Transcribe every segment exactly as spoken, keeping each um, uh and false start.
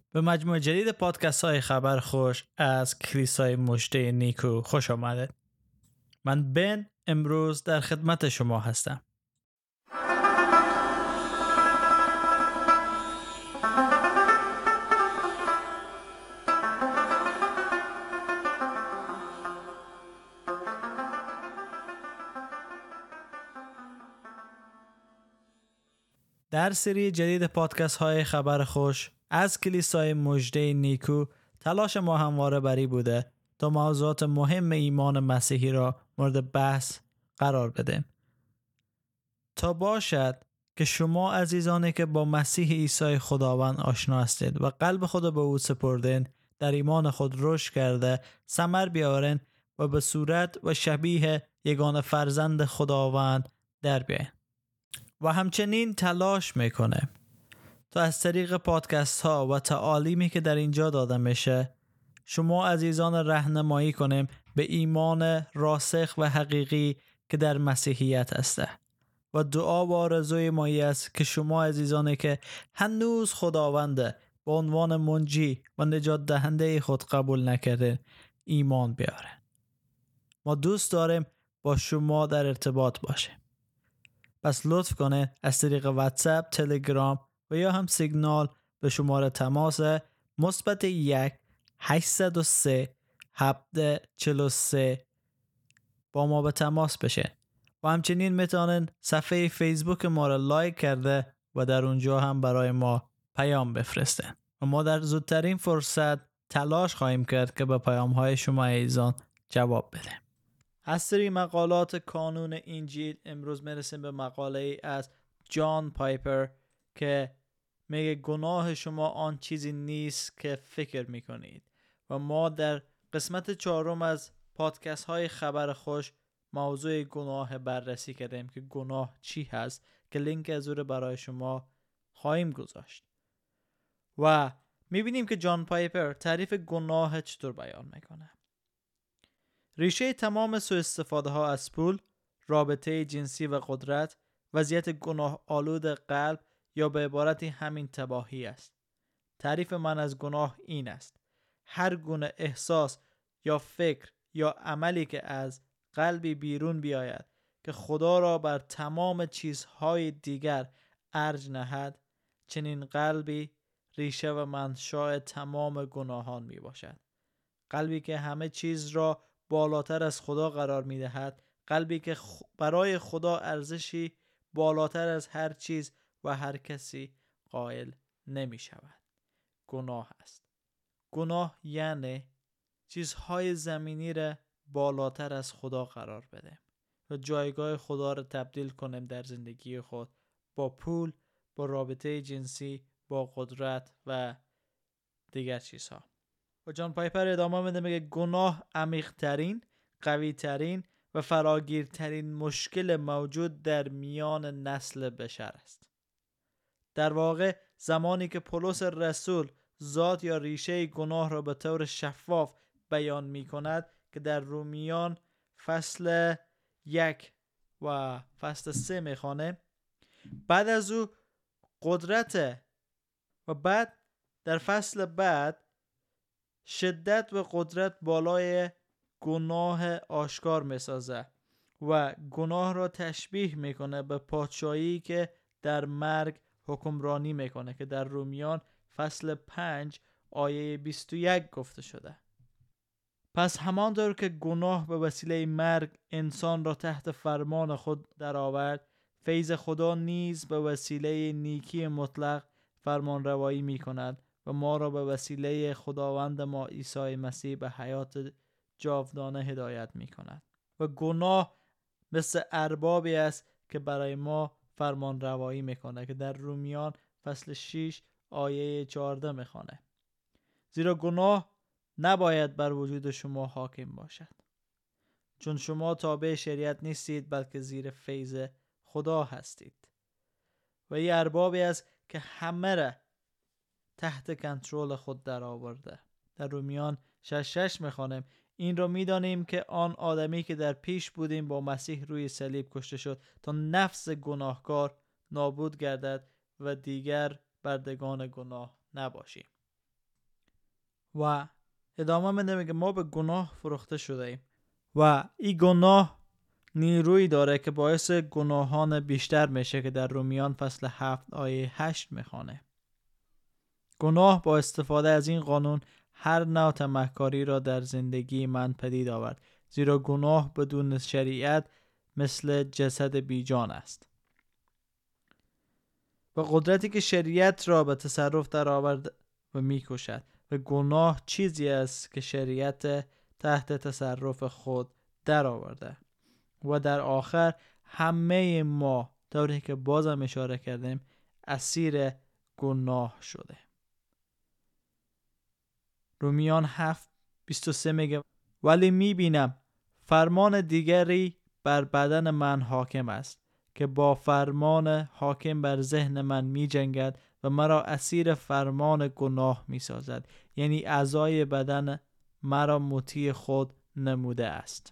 به مجموعه جدید پادکست های خبر خوش از کلیسای مژده نیکو خوش آمدید. من بن امروز در خدمت شما هستم. در سری جدید پادکست های خبر خوش از کلیسای مژده نیکو تلاش ما همواره بری بوده تا موضوعات مهم ایمان مسیحی را مورد بحث قرار بدیم تا باشد که شما عزیزانی که با مسیح عیسی خداوند آشنا هستید و قلب خود به او سپردین در ایمان خود رشد کرده ثمر بیاورین و به صورت و شبیه یگانه فرزند خداوند در بیاین. و همچنین تلاش میکنه تا از طریق پادکست ها و تعالیمی که در اینجا داده میشه شما عزیزان راهنمایی کنیم به ایمان راسخ و حقیقی که در مسیحیت هسته و دعا و آرزوی ما است که شما عزیزانی که هنوز خداوند به عنوان منجی و نجات دهنده خود قبول نکرده ایمان بیاره. ما دوست داریم با شما در ارتباط باشیم. پس لطف کنه از طریق واتساپ، تلگرام و یا هم سیگنال به شماره تماس مثبت یک هشتصد و سه هفتصد و چهل و سه با ما به تماس بشین. و همچنین میتونن صفحه فیسبوک ما را لایک کرده و در اونجا هم برای ما پیام بفرستن و ما در زودترین فرصت تلاش خواهیم کرد که به پیام های شما عزیزان جواب بدیم. از سری مقالات کانون انجیل امروز میرسیم به مقاله ای از جان پایپر که میگه گناه شما آن چیزی نیست که فکر میکنید و ما در قسمت چهارم از پادکست های خبر خوش موضوع گناه بررسی کردیم که گناه چی هست که لینک از اون برای شما خواهیم گذاشت و میبینیم که جان پایپر تعریف گناه چطور بیان میکنه. ریشه تمام سوء استفاده ها از پول، رابطه جنسی و قدرت، وضعیت گناه آلود قلب یا به عبارتی همین تباهی است. تعریف من از گناه این است: هر گونه احساس یا فکر یا عملی که از قلبی بیرون بیاید که خدا را بر تمام چیزهای دیگر ارج نهد، چنین قلبی ریشه و منشأ تمام گناهان می باشد. قلبی که همه چیز را بالاتر از خدا قرار می دهد، قلبی که برای خدا ارزشی بالاتر از هر چیز و هر کسی قائل نمی شود، گناه است. گناه یعنی چیزهای زمینی را بالاتر از خدا قرار بده و جایگاه خدا را تبدیل کنیم در زندگی خود با پول، با رابطه جنسی، با قدرت و دیگر چیزها. و جان پایپر ادامه میده میگه گناه عمیق ترین، قوی ترین و فراگیرترین مشکل موجود در میان نسل بشر است. در واقع زمانی که پولس رسول ذات یا ریشه گناه را به طور شفاف بیان می کند که در رومیان فصل یک و فصل سه می خوانه، بعد از او قدرت و بعد در فصل بعد شدت و قدرت بالای گناه آشکار می سازه و گناه را تشبیه می کنه به پادشاهی که در مرگ حکمرانی می کنه که در رومیان فصل پنج آیه بیست و یک گفته شده. پس همانطور که گناه به وسیله مرگ انسان را تحت فرمان خود در آورد، فیض خدا نیز به وسیله نیکی مطلق فرمان روایی می کند و ما را به وسیله خداوند ما عیسی مسیح به حیات جاودانه هدایت می کند. و گناه مثل اربابی است که برای ما فرمان روایی می کنه که در رومیان فصل شش آیه چهارده می خوانه. زیرا گناه نباید بر وجود شما حاکم باشد، چون شما تابع شریعت نیستید بلکه زیر فیض خدا هستید. و این اربابی است که همه را تحت کنترل خود در آورده. در رومیان شش شش میخوانیم این را میدانیم که آن آدمی که در پیش بودیم با مسیح روی صلیب کشته شد تا نفس گناهکار نابود گردد و دیگر بردگان گناه نباشیم. و ادامه میده میگه ما به گناه فروخته شده ایم و این گناه نیروی داره که باعث گناهان بیشتر میشه که در رومیان فصل هفت آیه هشت میخوانه. گناه با استفاده از این قانون هر نوع تمکاری را در زندگی من پدید آورد، زیرا گناه بدون شریعت مثل جسد بیجان است. و قدرتی که شریعت را به تصرف در آورد و میکشد و گناه چیزی است که شریعت تحت تصرف خود در آورده و در آخر همه ما طوری که بازم اشاره کردیم اسیر گناه شده. رومیان هفت بیست و سه میگه ولی میبینم فرمان دیگری بر بدن من حاکم است که با فرمان حاکم بر ذهن من می جنگد و مرا اسیر فرمان گناه می سازد. یعنی اعضای بدن مرا مطیع خود نموده است.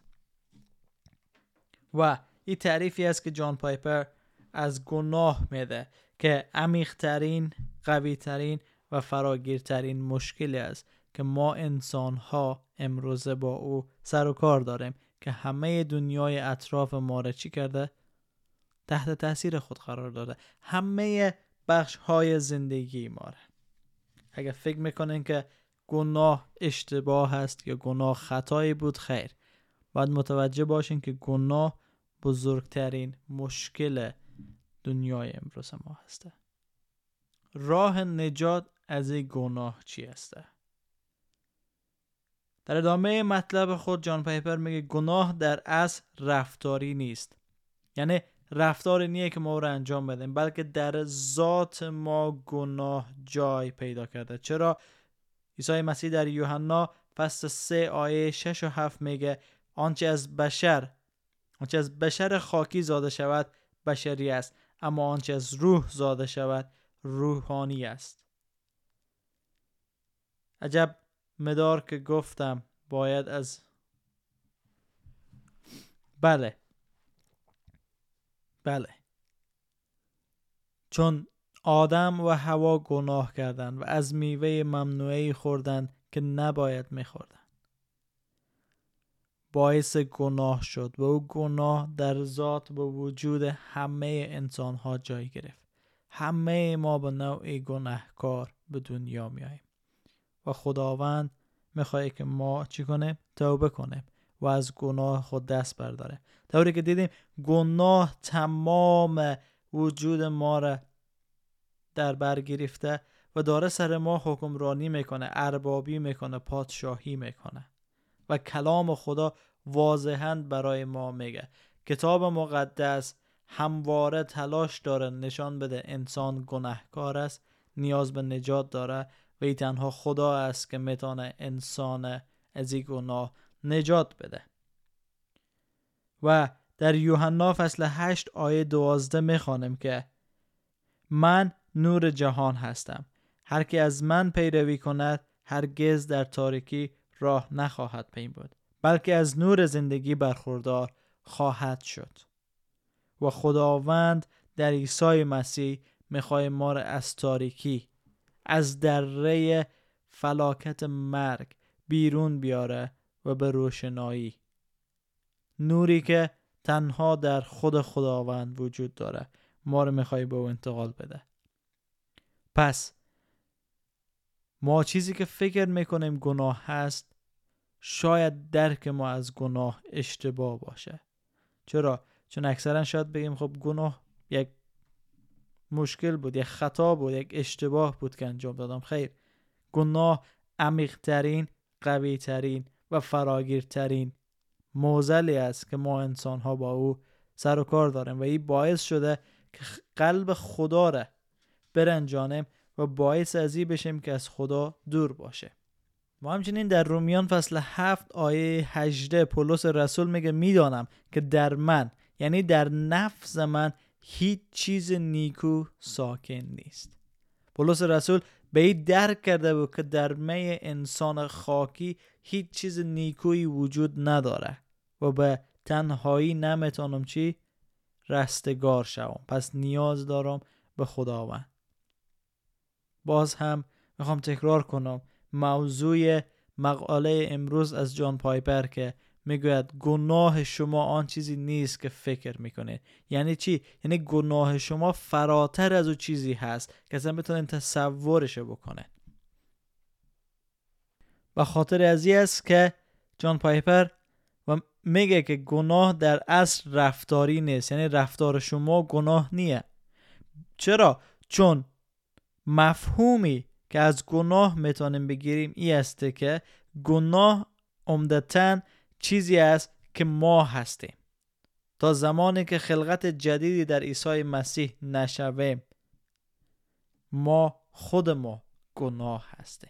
و این تعریفی است که جان پایپر از گناه میده که عمیق‌ترین، قوی‌ترین و فراگیرترین مشکلی است که ما انسان ها امروزه با او سر و کار داریم که همه دنیای اطراف ما را چی کرده؟ تحت تاثیر خود قرار داده. همه بخش های زندگی ما را. اگر فکر میکنین که گناه اشتباه هست یا گناه خطایی بود، خیر. باید متوجه باشین که گناه بزرگترین مشکل دنیای امروز ما هسته. راه نجات از این گناه چی هسته؟ در ادامه مطلب خود جان پایپر میگه گناه در اصل رفتاری نیست. یعنی رفتاری نیه که ما رو انجام بدیم، بلکه در ذات ما گناه جای پیدا کرده. چرا؟ عیسی مسیح در یوحنا فصل سه آیه شش و هفت میگه آنچه از بشر آنچه از بشر خاکی زاده شود بشری است، اما آنچه از روح زاده شود روحانی است. عجب مدار که گفتم باید از بله بله چون آدم و حوا گناه کردند و از میوه ممنوعه خوردند که نباید میخوردند، باعث گناه شد و او گناه در ذات و وجود همه انسان ها جای گرفت. همه ما به نوعی گناهکار به دنیا میاییم و خداوند میخواد که ما چی کنیم؟ توبه کنیم و از گناه خود دست برداره. طوری که دیدیم گناه تمام وجود ما را در بر گرفته و داره سر ما حکمرانی میکنه، اربابی میکنه، پادشاهی میکنه و کلام خدا واضحاً برای ما میگه. کتاب مقدس همواره تلاش داره نشان بده انسان گناهکار است، نیاز به نجات داره و این تنها خدا است که میتونه انسان از این گناه نجات بده. و در یوحنا فصل هشت آیه دوازده میخوانیم که من نور جهان هستم، هر که از من پیروی کند هرگز در تاریکی راه نخواهد پیمود، بلکه از نور زندگی برخوردار خواهد شد. و خداوند در عیسی مسیح میخواد ما را از تاریکی، از دره فلاکت مرگ بیرون بیاره و به روشنایی، نوری که تنها در خود خداوند وجود داره، ما رو میخواد به او انتقال بده. پس ما چیزی که فکر میکنیم گناه هست، شاید درک ما از گناه اشتباه باشه. چرا؟ چون اکثرا شاید بگیم خب گناه یک مشکل بود، یک خطا بود، یک اشتباه بود که انجام دادم. خیر، گناه عمیق‌ترین، قوی‌ترین و فراگیرترین معضلی است که ما انسان ها با او سر و کار داریم و این باعث شده که قلب خدا را برنجانیم و باعث از این بشیم که از خدا دور باشه. و همچنین در رومیان فصل هفت آیه هجده پولس رسول میگه میدانم که در من، یعنی در نفس من، هیچ چیز نیکو ساکن نیست. پولس رسول به این درک کرده بود که در می انسان خاکی هیچ چیز نیکویی وجود نداره و به تنهایی نمیتونم چی؟ رستگار شوم. پس نیاز دارم به خداوند. باز هم میخوام تکرار کنم، موضوع مقاله امروز از جان پایپر که میگوید گناه شما آن چیزی نیست که فکر میکنید. یعنی چی؟ یعنی گناه شما فراتر از اون چیزی هست که اصلا بتونید تصورش بکنه. و خاطر ازی است که جان پایپر و میگه که گناه در اصل رفتاری نیست، یعنی رفتار شما گناه نیه. چرا؟ چون مفهومی که از گناه میتونیم بگیریم ای است که گناه عمدتاً چیزی است که ما هستیم. تا زمانی که خلقت جدیدی در عیسی مسیح نشویم، ما خود ما گناه هستیم.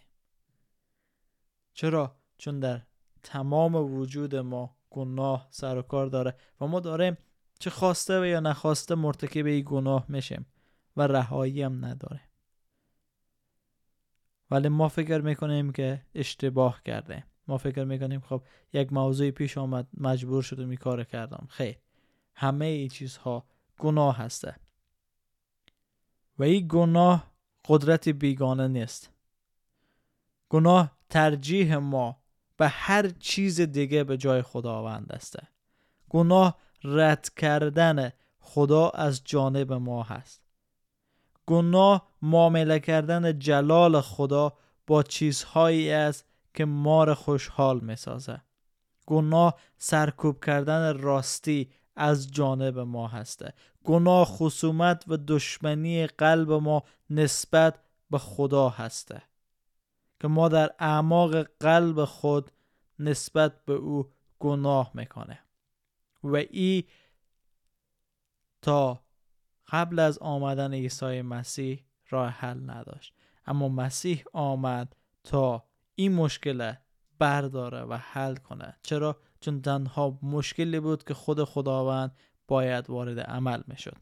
چرا؟ چون در تمام وجود ما گناه سر و کار داره و ما داریم چه خواسته و یا نخواسته مرتکب این گناه میشیم و رهایی هم نداره. ولی ما فکر میکنیم که اشتباه کرده. ما فکر میکنیم خب یک موضوع پیش آمد مجبور شدم این کار کردم. خیر، همه این چیزها گناه هسته و این گناه قدرت بیگانه نیست. گناه ترجیح ما به هر چیز دیگه به جای خداوند است. گناه رد کردن خدا از جانب ما هست. گناه معامله کردن جلال خدا با چیزهایی است که ما را خوشحال می سازه. گناه سرکوب کردن راستی از جانب ما هسته. گناه خصومت و دشمنی قلب ما نسبت به خدا هسته که ما در اعماق قلب خود نسبت به او گناه میکنه و ای تا قبل از آمدن عیسی مسیح راه حل نداشت. اما مسیح آمد تا این مشکل برداره و حل کنه. چرا؟ چون تنها مشکلی بود که خود خداوند باید وارد عمل میشد.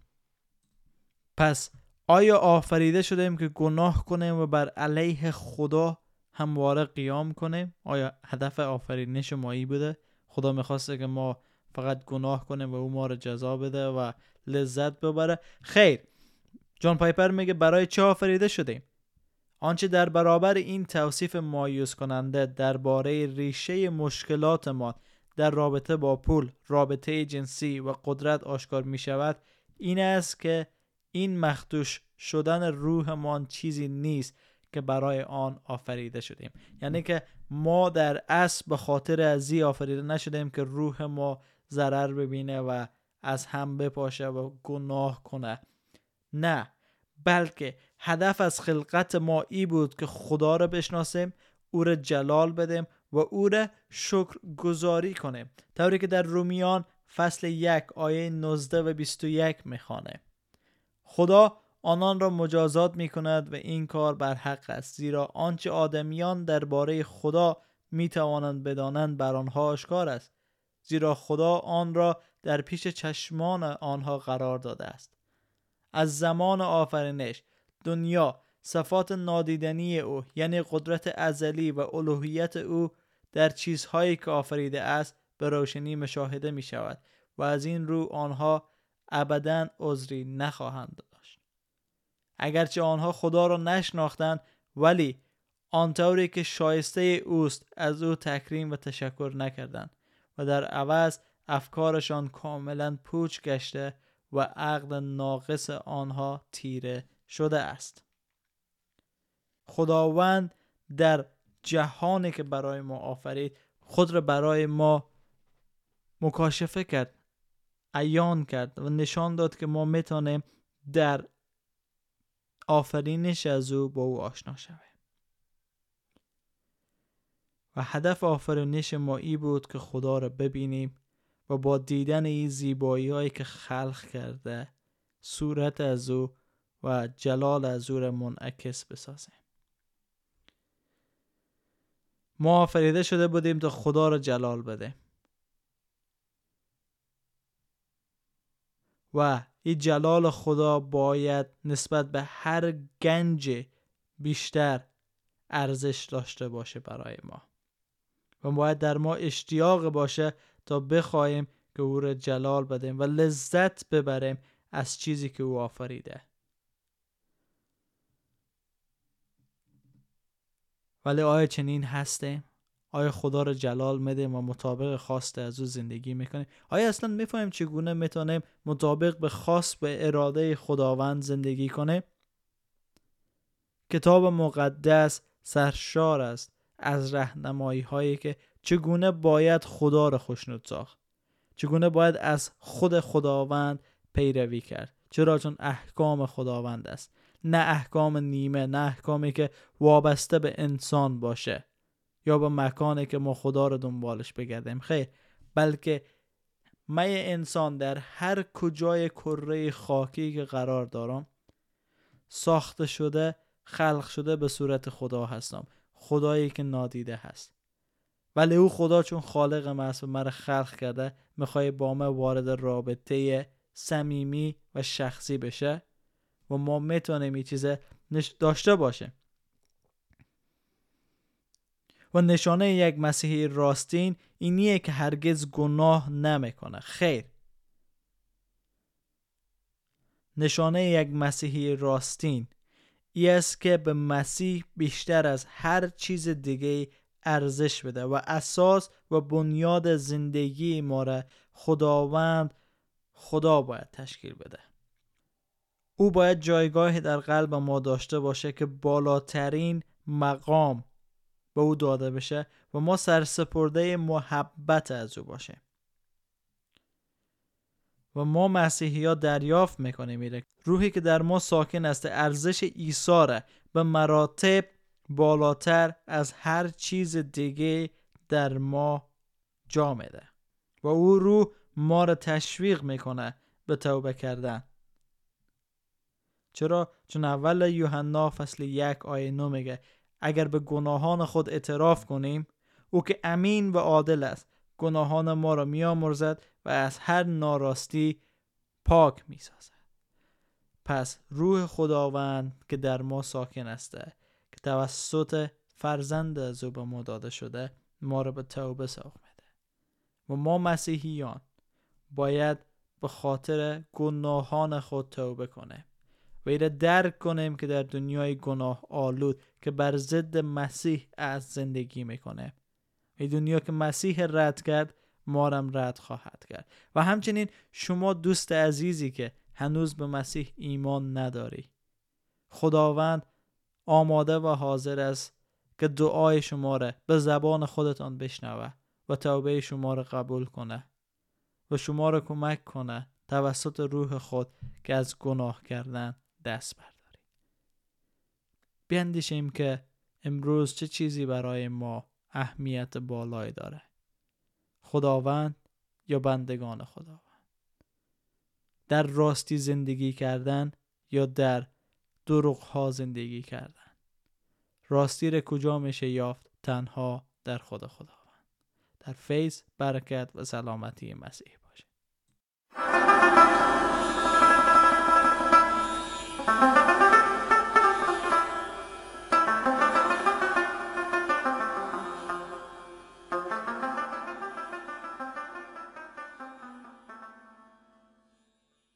پس آیا آفریده شدیم که گناه کنیم و بر علیه خدا همواره قیام کنیم؟ آیا هدف آفرینش ما ای بوده؟ خدا میخواسته که ما فقط گناه کنیم و او ما رو جزا بده و لذت ببره؟ خیر، جان پایپر میگه برای چه آفریده شدیم؟ آنچه در برابر این توصیف مایوس کننده درباره ریشه مشکلات ما در رابطه با پول، رابطه جنسی و قدرت آشکار می شود این است که این مخدوش شدن روحمان چیزی نیست که برای آن آفریده شدیم. یعنی که ما در اصل به خاطر ازی آفریده نشدیم که روح ما ضرر ببینه و از هم بپاشه و گناه کنه. نه، بلکه هدف از خلقت ما ای بود که خدا را بشناسیم، او را جلال بدیم و او را شکر گزاری کنیم، طوری که در رومیان فصل یک آیه نوزده و بیست و یک میخوانه: خدا آنان را مجازات میکند و این کار بر حق است، زیرا آنچه آدمیان درباره خدا میتوانند بدانند بر آنها آشکار است، زیرا خدا آن را در پیش چشمان آنها قرار داده است. از زمان آفرینش دنیا صفات نادیدنی او، یعنی قدرت ازلی و الوهیت او در چیزهایی که آفریده است به روشنی مشاهده می شود و از این رو آنها ابداً عذری نخواهند داشت. اگرچه آنها خدا را نشناختند، ولی آنطوری که شایسته اوست از او تکریم و تشکر نکردند و در عوض افکارشان کاملا پوچ گشته و عقل ناقص آنها تیره شده است. خداوند در جهانی که برای ما آفرید خود را برای ما مکاشفه کرد، عیان کرد و نشان داد که ما میتونیم در آفرینش از او با او آشنا شویم. و هدف آفرینش ما ای بود که خدا را ببینیم و با دیدن این زیبایی هایی که خلق کرده صورت از او و جلال از او را منعکس بسازیم. ما آفریده شده بودیم تا خدا را جلال بده و این جلال خدا باید نسبت به هر گنج بیشتر ارزش داشته باشه برای ما و باید در ما اشتیاق باشه تا بخوایم که او را جلال بدیم و لذت ببریم از چیزی که او آفریده. ولی آیا چنین هستیم؟ آیا خدا رو جلال میدیم و مطابق خواست از او زندگی میکنیم؟ آیا اصلا میفهمیم چگونه میتونیم مطابق به خواست به اراده خداوند زندگی کنیم؟ کتاب مقدس سرشار است از راهنمایی هایی که چگونه باید خدا را خوشنود ساخت، چگونه باید از خود خداوند پیروی کرد. چرا؟ چون احکام خداوند است، نه احکام نیمه، نه احکامی که وابسته به انسان باشه یا به مکانی که ما خدا رو دنبالش بگردیم. خیر، بلکه من انسان در هر کجای کره خاکی که قرار دارم ساخته شده، خلق شده به صورت خدا هستم، خدایی که نادیده هست. ولی او خدا چون خالق من است و من خلق کرده، میخواد با من وارد رابطه صمیمی و شخصی بشه و ما میتونیم این چیز داشته باشه. و نشانه یک مسیحی راستین اینیه که هرگز گناه نمیکنه. خیر، نشانه یک مسیحی راستین ای است که به مسیح بیشتر از هر چیز دیگه ارزش بده و اساس و بنیاد زندگی ما را خداوند خدا باید تشکیل بده. او باید جایگاهی در قلب ما داشته باشه که بالاترین مقام به او داده بشه و ما سرسپرده محبت از او باشه. و ما مسیحی ها دریافت میکنیم میره روحی که در ما ساکن است ارزش عیسی را به مراتب بالاتر از هر چیز دیگه در ما جا میده و او روح ما را تشویق میکنه به توبه کردن. چرا؟ چون اول یوحنا فصل یک آیه نه میگه اگر به گناهان خود اعتراف کنیم، او که امین و عادل است گناهان ما را میامرزد و از هر ناراستی پاک میسازد. پس روح خداوند که در ما ساکن است که توسط فرزند از او به ما داده شده ما را به توبه سوق میده و ما مسیحیان باید به خاطر گناهان خود توبه کنیم و ایره درک کنیم که در دنیای گناه آلود که بر ضد مسیح از زندگی میکنه، این دنیا که مسیح رد کرد ما را رد خواهد کرد. و همچنین شما دوست عزیزی که هنوز به مسیح ایمان نداری، خداوند آماده و حاضر است که دعای شما را به زبان خودتان بشنوه و توبه شما را قبول کنه و شما را کمک کنه توسط روح خود که از گناه کردن دست برداری. بیندیشیم که امروز چه چیزی برای ما اهمیت بالایی داره، خداوند یا بندگان خداوند؟ در راستی زندگی کردن یا در دروغ ها زندگی کردن؟ راستی را کجا میشه یافت؟ تنها در خود خداوند. در فیض، برکت و سلامتی مسیح.